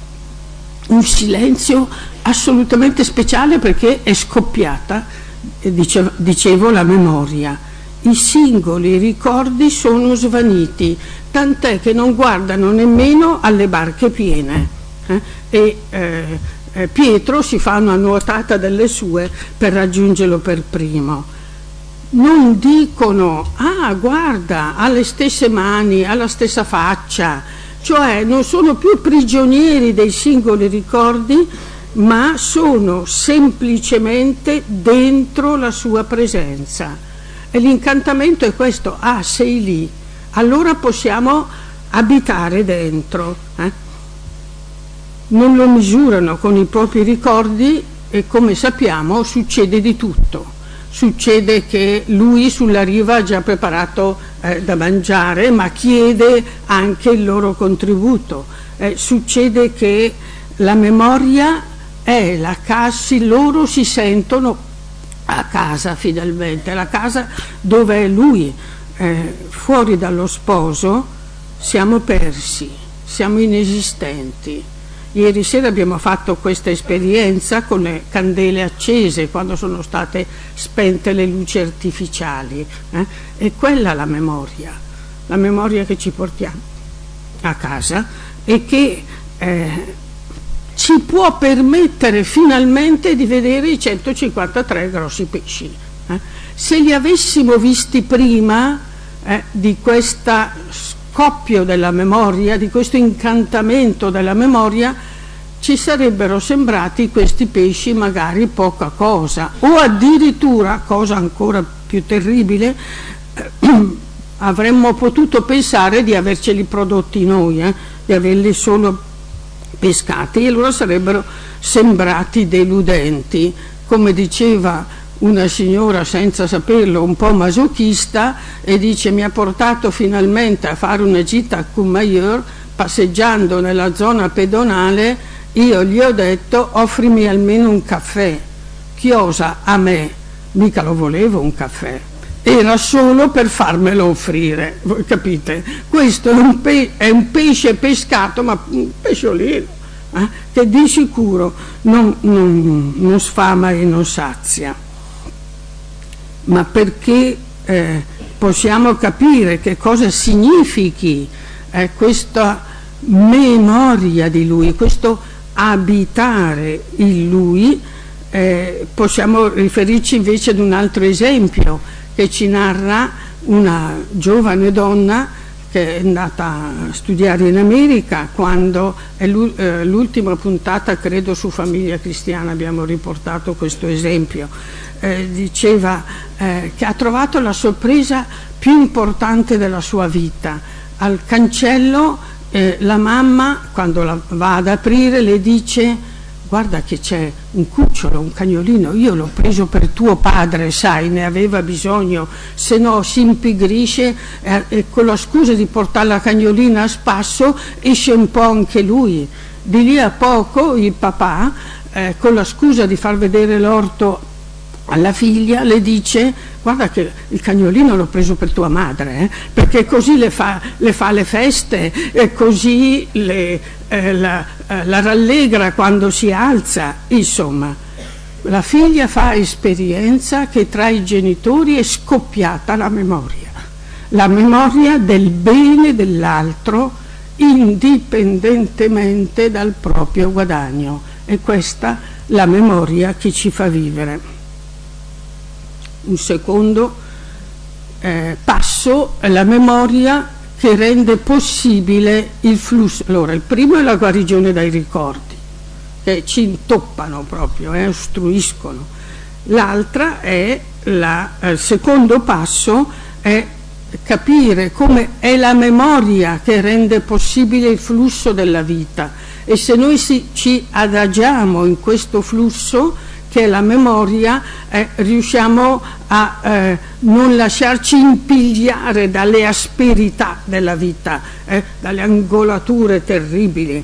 un silenzio assolutamente speciale, perché è scoppiata, dicevo, dicevo la memoria. I singoli ricordi sono svaniti, tant'è che non guardano nemmeno alle barche piene, eh? e eh, eh, Pietro si fa una nuotata delle sue per raggiungerlo per primo. Non dicono, ah guarda, ha le stesse mani, ha la stessa faccia, cioè non sono più prigionieri dei singoli ricordi, ma sono semplicemente dentro la sua presenza. E l'incantamento è questo, ah sei lì, allora possiamo abitare dentro. Eh? Non lo misurano con i propri ricordi e come sappiamo succede di tutto. Succede che lui sulla riva ha già preparato eh, da mangiare, ma chiede anche il loro contributo. Eh, succede che la memoria è la casa, loro si sentono a casa finalmente, la casa dove è lui. Eh, fuori dallo sposo siamo persi, siamo inesistenti. Ieri sera abbiamo fatto questa esperienza con le candele accese quando sono state spente le luci artificiali. Eh? E quella è la memoria, la memoria che ci portiamo a casa e che eh, ci può permettere finalmente di vedere i centocinquantatré grossi pesci. Eh? Se li avessimo visti prima eh, di questo scoppio della memoria, di questo incantamento della memoria, ci sarebbero sembrati questi pesci magari poca cosa, o addirittura, cosa ancora più terribile, eh, avremmo potuto pensare di averceli prodotti noi, eh, di averli solo pescati, e allora sarebbero sembrati deludenti. Come diceva una signora senza saperlo, un po' masochista, e dice: mi ha portato finalmente a fare una gita a Courmayeur, passeggiando nella zona pedonale, io gli ho detto: offrimi almeno un caffè. Chiosa a me, mica lo volevo un caffè, era solo per farmelo offrire, voi capite? Questo è un, pe- è un pesce pescato, ma un pesciolino, eh, che di sicuro non, non, non sfama e non sazia. Ma perché eh, possiamo capire che cosa significhi eh, questa memoria di lui, questo abitare in lui, eh, possiamo riferirci invece ad un altro esempio che ci narra una giovane donna che è andata a studiare in America, quando è l'ultima puntata, credo, su Famiglia Cristiana abbiamo riportato questo esempio. Eh, diceva eh, che ha trovato la sorpresa più importante della sua vita. Al cancello eh, la mamma, quando la va ad aprire, le dice: guarda che c'è un cucciolo, un cagnolino, io l'ho preso per tuo padre, sai, ne aveva bisogno, se no si impigrisce eh, e con la scusa di portare la cagnolina a spasso esce un po' anche lui. Di lì a poco il papà, eh, con la scusa di far vedere l'orto alla figlia, le dice: guarda che il cagnolino l'ho preso per tua madre, eh, perché così le fa, le fa le feste e così le, eh, la, eh, la rallegra quando si alza. Insomma, la figlia fa esperienza che tra i genitori è scoppiata la memoria, la memoria del bene dell'altro indipendentemente dal proprio guadagno. E questa la memoria che ci fa vivere. Un secondo eh, passo è la memoria che rende possibile il flusso. Allora, il primo è la guarigione dai ricordi, che ci intoppano proprio, eh, ostruiscono. L'altra è la, il secondo passo è capire come è la memoria che rende possibile il flusso della vita, e se noi si, ci adagiamo in questo flusso che è la memoria, eh, riusciamo a eh, non lasciarci impigliare dalle asperità della vita, eh, dalle angolature terribili.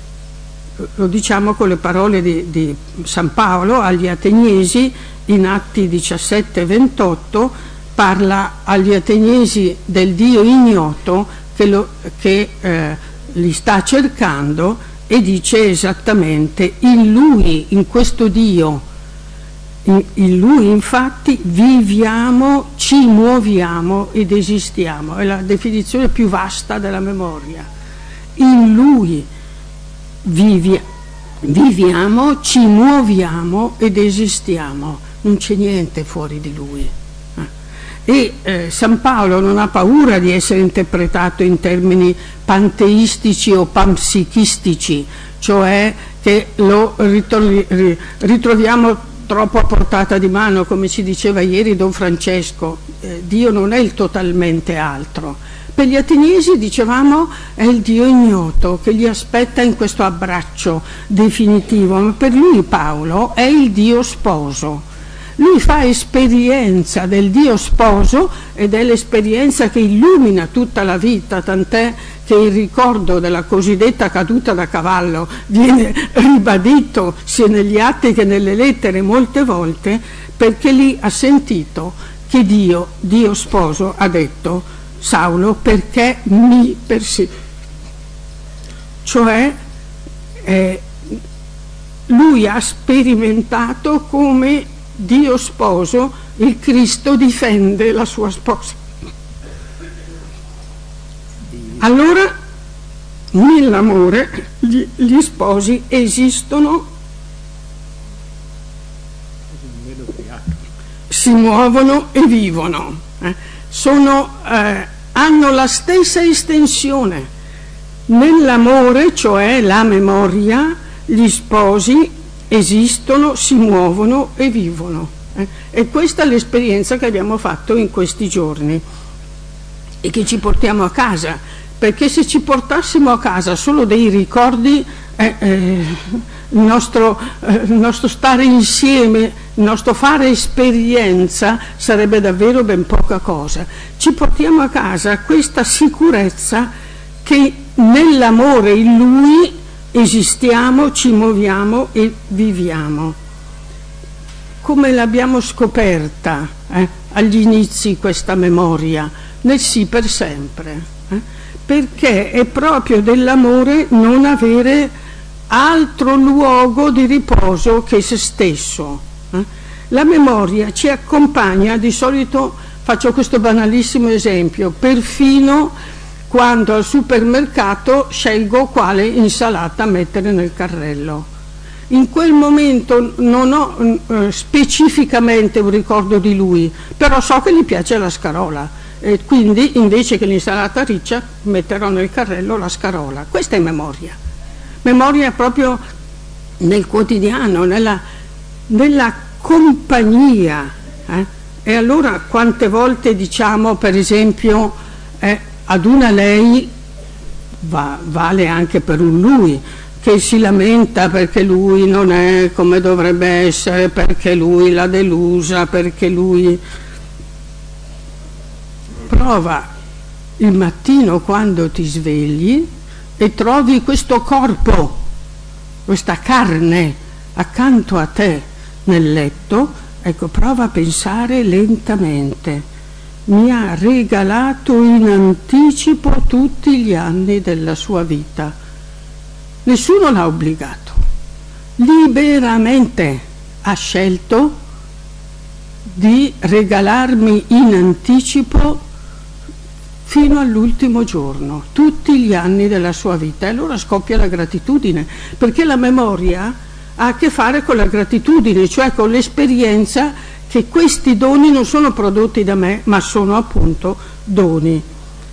Lo diciamo con le parole di, di San Paolo agli Ateniesi in Atti diciassette ventotto, parla agli Ateniesi del Dio ignoto che, lo, che eh, li sta cercando, e dice esattamente: in lui, in questo Dio, In, in lui infatti viviamo, ci muoviamo ed esistiamo. È la definizione più vasta della memoria. In lui vivi, viviamo, ci muoviamo ed esistiamo. Non c'è niente fuori di Lui. E eh, San Paolo non ha paura di essere interpretato in termini panteistici o panpsichistici, cioè che lo ritrovi, ritroviamo troppo a portata di mano, come ci diceva ieri Don Francesco. Eh, Dio non è il totalmente altro. Per gli ateniesi, dicevamo, è il Dio ignoto che li aspetta in questo abbraccio definitivo, ma per lui Paolo è il Dio sposo. Lui fa esperienza del Dio sposo ed è l'esperienza che illumina tutta la vita, tant'è che il ricordo della cosiddetta caduta da cavallo viene ribadito sia negli atti che nelle lettere molte volte, perché lì ha sentito che Dio, Dio sposo, ha detto: Saulo, perché mi persegui? Cioè eh, lui ha sperimentato come Dio sposo, il Cristo difende la sua sposa. Allora, nell'amore gli, gli sposi esistono, si muovono e vivono. Eh? Sono, eh, hanno la stessa estensione. Nell'amore, cioè la memoria, gli sposi esistono, si muovono e vivono. Eh? E questa è l'esperienza che abbiamo fatto in questi giorni e che ci portiamo a casa, perché se ci portassimo a casa solo dei ricordi, eh, eh, il, nostro, eh, il nostro stare insieme, il nostro fare esperienza sarebbe davvero ben poca cosa. Ci portiamo a casa questa sicurezza che nell'amore in Lui esistiamo, ci muoviamo e viviamo. Come l'abbiamo scoperta eh, agli inizi questa memoria? Nel sì per sempre, eh? Perché è proprio dell'amore non avere altro luogo di riposo che se stesso. Eh? La memoria ci accompagna, di solito faccio questo banalissimo esempio, perfino quando al supermercato scelgo quale insalata mettere nel carrello. In quel momento non ho eh, specificamente un ricordo di lui, però so che gli piace la scarola e quindi invece che l'insalata riccia metterò nel carrello la scarola. Questa è memoria. Memoria proprio nel quotidiano, nella, nella compagnia. Eh? E allora quante volte diciamo, per esempio, eh, ad una lei, va, vale anche per un lui, che si lamenta perché lui non è come dovrebbe essere, perché lui l'ha delusa, perché lui... Prova il mattino quando ti svegli e trovi questo corpo, questa carne accanto a te nel letto, ecco, prova a pensare lentamente. Mi ha regalato in anticipo tutti gli anni della sua vita. Nessuno l'ha obbligato. Liberamente ha scelto di regalarmi in anticipo fino all'ultimo giorno, tutti gli anni della sua vita. E allora scoppia la gratitudine, perché la memoria ha a che fare con la gratitudine, cioè con l'esperienza che questi doni non sono prodotti da me, ma sono appunto doni.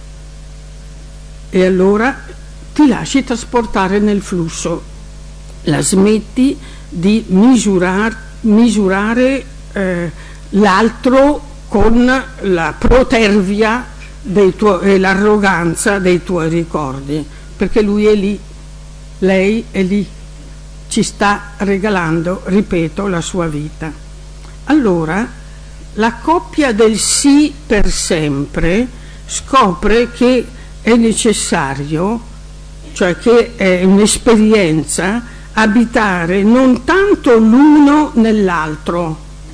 E allora ti lasci trasportare nel flusso, la smetti di misurar, misurare eh, l'altro con la protervia dei tuoi, e l'arroganza dei tuoi ricordi, perché lui è lì, lei è lì, ci sta regalando, ripeto, la sua vita. Allora, la coppia del sì per sempre scopre che è necessario, cioè che è un'esperienza, abitare non tanto l'uno nell'altro,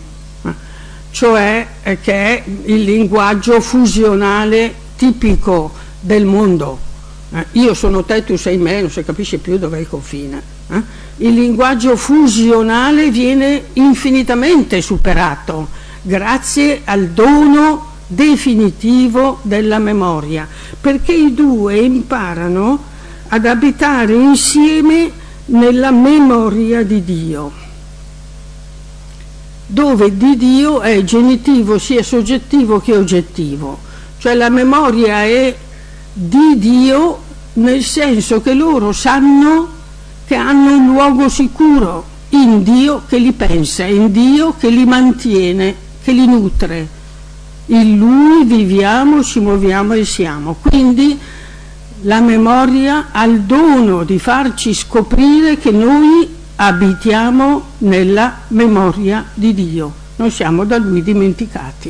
cioè che è il linguaggio fusionale tipico del mondo. Io sono te, tu sei me, non si capisce più dov'è il confine. Eh? Il linguaggio fusionale viene infinitamente superato grazie al dono definitivo della memoria, perché i due imparano ad abitare insieme nella memoria di Dio, dove di Dio è genitivo sia soggettivo che oggettivo, cioè la memoria è di Dio nel senso che loro sanno che hanno un luogo sicuro in Dio che li pensa, in Dio che li mantiene, che li nutre. In Lui viviamo, ci muoviamo e siamo. Quindi la memoria ha il dono di farci scoprire che noi abitiamo nella memoria di Dio, non siamo da Lui dimenticati,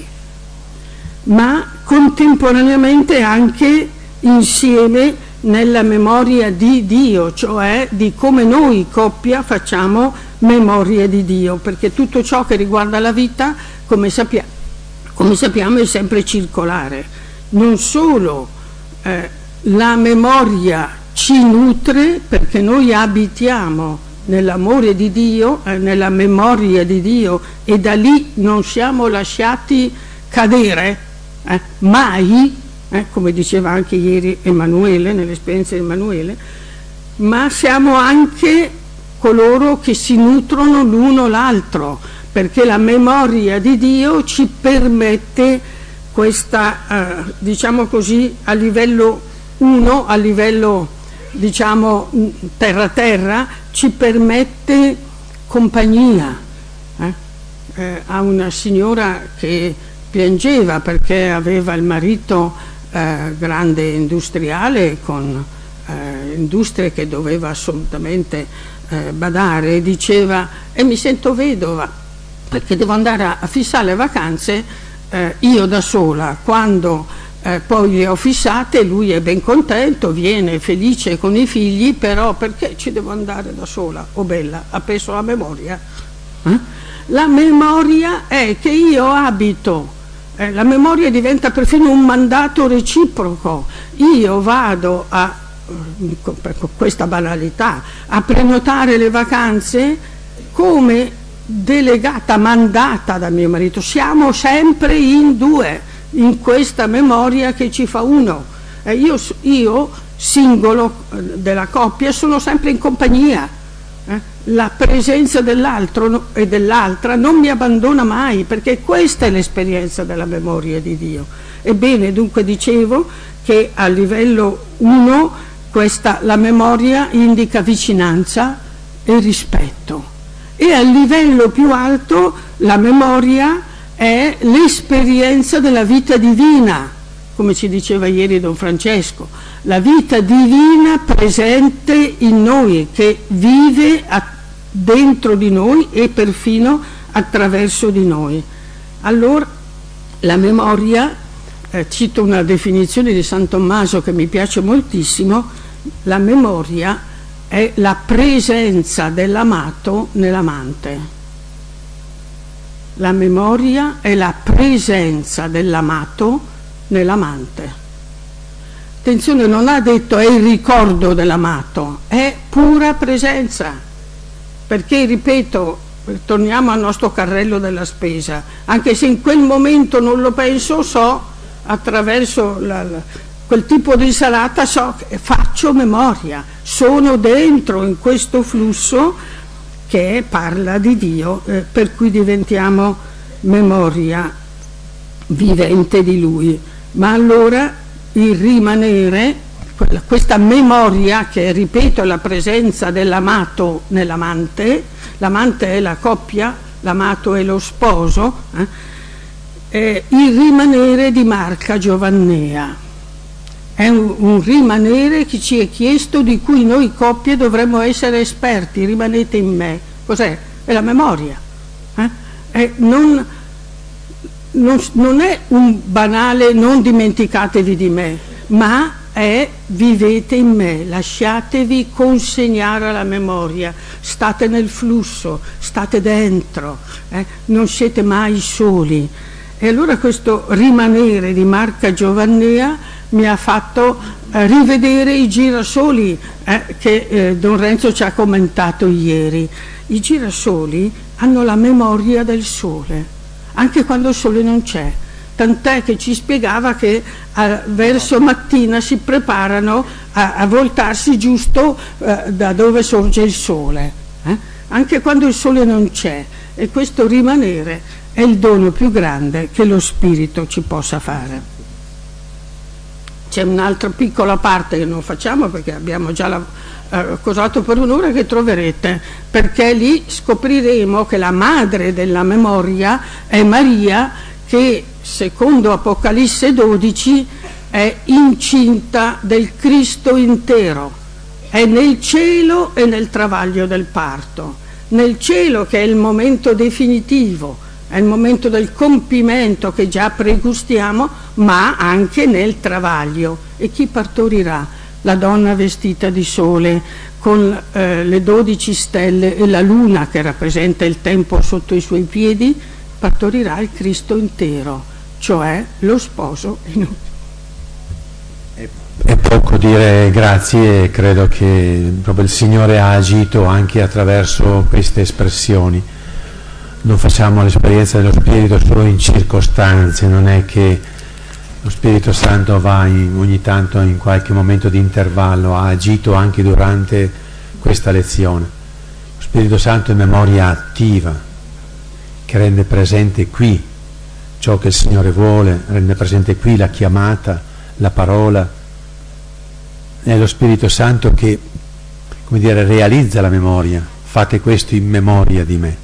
ma contemporaneamente anche insieme nella memoria di Dio, cioè di come noi coppia facciamo memoria di Dio, perché tutto ciò che riguarda la vita, come sappiamo, come sappiamo è sempre circolare. Non solo eh, la memoria ci nutre perché noi abitiamo nell'amore di Dio, eh, nella memoria di Dio, e da lì non siamo lasciati cadere eh, mai, eh, come diceva anche ieri Emanuele, nell'esperienza di Emanuele, ma siamo anche coloro che si nutrono l'uno l'altro, perché la memoria di Dio ci permette questa, eh, diciamo così, a livello uno, a livello diciamo terra-terra, ci permette compagnia. Eh? Eh, a una signora che piangeva perché aveva il marito eh, grande industriale con eh, industrie che doveva assolutamente eh, badare, diceva: e mi sento vedova perché devo andare a, a fissare le vacanze eh, io da sola, quando Eh, poi le ho fissate, lui è ben contento, viene felice con i figli, però perché ci devo andare da sola? Oh bella, ha preso la memoria. Eh? La memoria è che io abito, eh, la memoria diventa perfino un mandato reciproco. Io vado a, per questa banalità, a prenotare le vacanze come delegata, mandata da mio marito. Siamo sempre in due in questa memoria che ci fa uno. Eh, io, io, singolo della coppia, sono sempre in compagnia. Eh? La presenza dell'altro e dell'altra non mi abbandona mai, perché questa è l'esperienza della memoria di Dio. Ebbene, dunque dicevo che a livello uno questa, la memoria indica vicinanza e rispetto, e a livello più alto la memoria è l'esperienza della vita divina, come ci diceva ieri Don Francesco, la vita divina presente in noi, che vive a, dentro di noi e perfino attraverso di noi. Allora la memoria, eh, cito una definizione di San Tommaso che mi piace moltissimo: la memoria è la presenza dell'amato nell'amante. La memoria è la presenza dell'amato nell'amante. Attenzione, non ha detto è il ricordo dell'amato, è pura presenza. Perché, ripeto, torniamo al nostro carrello della spesa, anche se in quel momento non lo penso, so, attraverso la, la, quel tipo di insalata, so che faccio memoria, sono dentro in questo flusso che parla di Dio, eh, per cui diventiamo memoria vivente di Lui. Ma allora il rimanere, questa memoria che, ripeto, è la presenza dell'amato nell'amante, l'amante è la coppia, l'amato è lo sposo, eh, è il rimanere di Marca Giovannea. È un, un rimanere che ci è chiesto, di cui noi coppie dovremmo essere esperti. Rimanete in me. Cos'è? È la memoria. Eh? È non, non, non è un banale non dimenticatevi di me, ma è vivete in me, lasciatevi consegnare alla memoria, state nel flusso, state dentro, eh? Non siete mai soli. E allora questo rimanere di Marca Giovannea mi ha fatto eh, rivedere i girasoli eh, che eh, Don Renzo ci ha commentato ieri. I girasoli hanno la memoria del sole, anche quando il sole non c'è. tant'è che ci spiegava che a, verso mattina si preparano a, a voltarsi giusto eh, da dove sorge il sole, eh? Anche quando il sole non c'è, e questo rimanere è il dono più grande che lo spirito ci possa fare. C'è un'altra piccola parte che non facciamo perché abbiamo già la, eh, cosato per un'ora, che troverete, perché lì scopriremo che la madre della memoria è Maria, che secondo Apocalisse dodici è incinta del Cristo intero, è nel cielo e nel travaglio del parto, nel cielo che è il momento definitivo, è il momento del compimento che già pregustiamo, ma anche nel travaglio. E chi partorirà? La donna vestita di sole con eh, le dodici stelle e la luna che rappresenta il tempo sotto i suoi piedi, partorirà il Cristo intero, cioè lo sposo inutile. È poco dire grazie, e credo che proprio il Signore ha agito anche attraverso queste espressioni. Non facciamo l'esperienza dello Spirito solo in circostanze, non è che lo Spirito Santo va in, ogni tanto in qualche momento di intervallo, ha agito anche durante questa lezione. Lo Spirito Santo è memoria attiva, che rende presente qui ciò che il Signore vuole, rende presente qui la chiamata, la parola. È lo Spirito Santo che, come dire, realizza la memoria. Fate questo in memoria di me.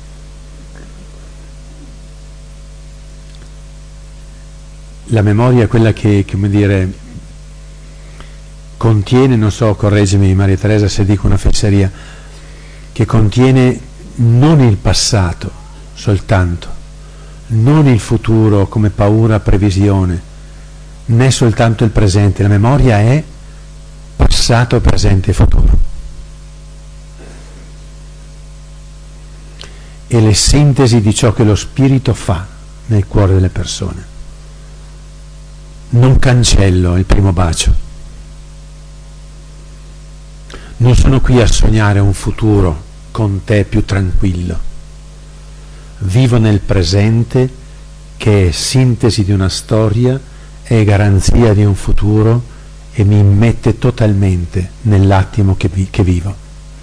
La memoria è quella che, come dire, contiene, non so, correggimi Maria Teresa se dico una fesseria, che contiene non il passato soltanto, non il futuro come paura, previsione, né soltanto il presente. La memoria è passato, presente e futuro. È le sintesi di ciò che lo Spirito fa nel cuore delle persone. Non cancello il primo bacio. Non sono qui a sognare un futuro con te più tranquillo. Vivo nel presente, che è sintesi di una storia, è garanzia di un futuro e mi immette totalmente nell'attimo che, vi, che vivo.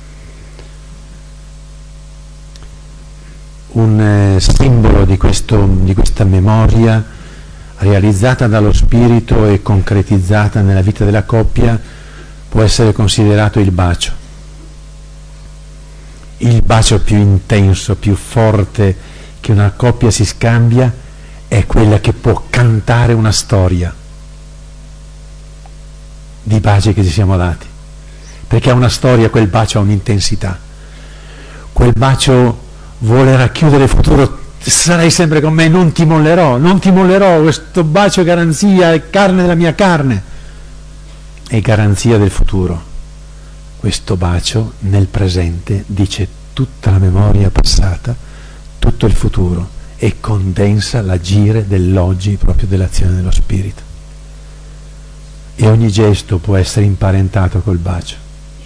Un eh, simbolo di, questo, di questa memoria realizzata dallo Spirito e concretizzata nella vita della coppia può essere considerato il bacio. Il bacio più intenso, più forte che una coppia si scambia è quella che può cantare una storia di baci che ci siamo dati, perché ha una storia, quel bacio ha un'intensità, quel bacio vuole racchiudere il futuro. Sarai sempre con me, non ti mollerò, non ti mollerò, questo bacio è garanzia, è carne della mia carne, è garanzia del futuro. Questo bacio nel presente dice tutta la memoria passata, tutto il futuro, e condensa l'agire dell'oggi proprio dell'azione dello Spirito. E ogni gesto può essere imparentato col bacio,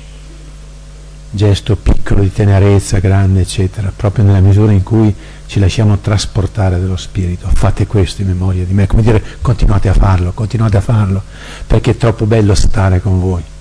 gesto piccolo di tenerezza, grande, eccetera, proprio nella misura in cui ci lasciamo trasportare dallo Spirito. Fate questo in memoria di me, come dire, continuate a farlo, continuate a farlo, perché è troppo bello stare con voi.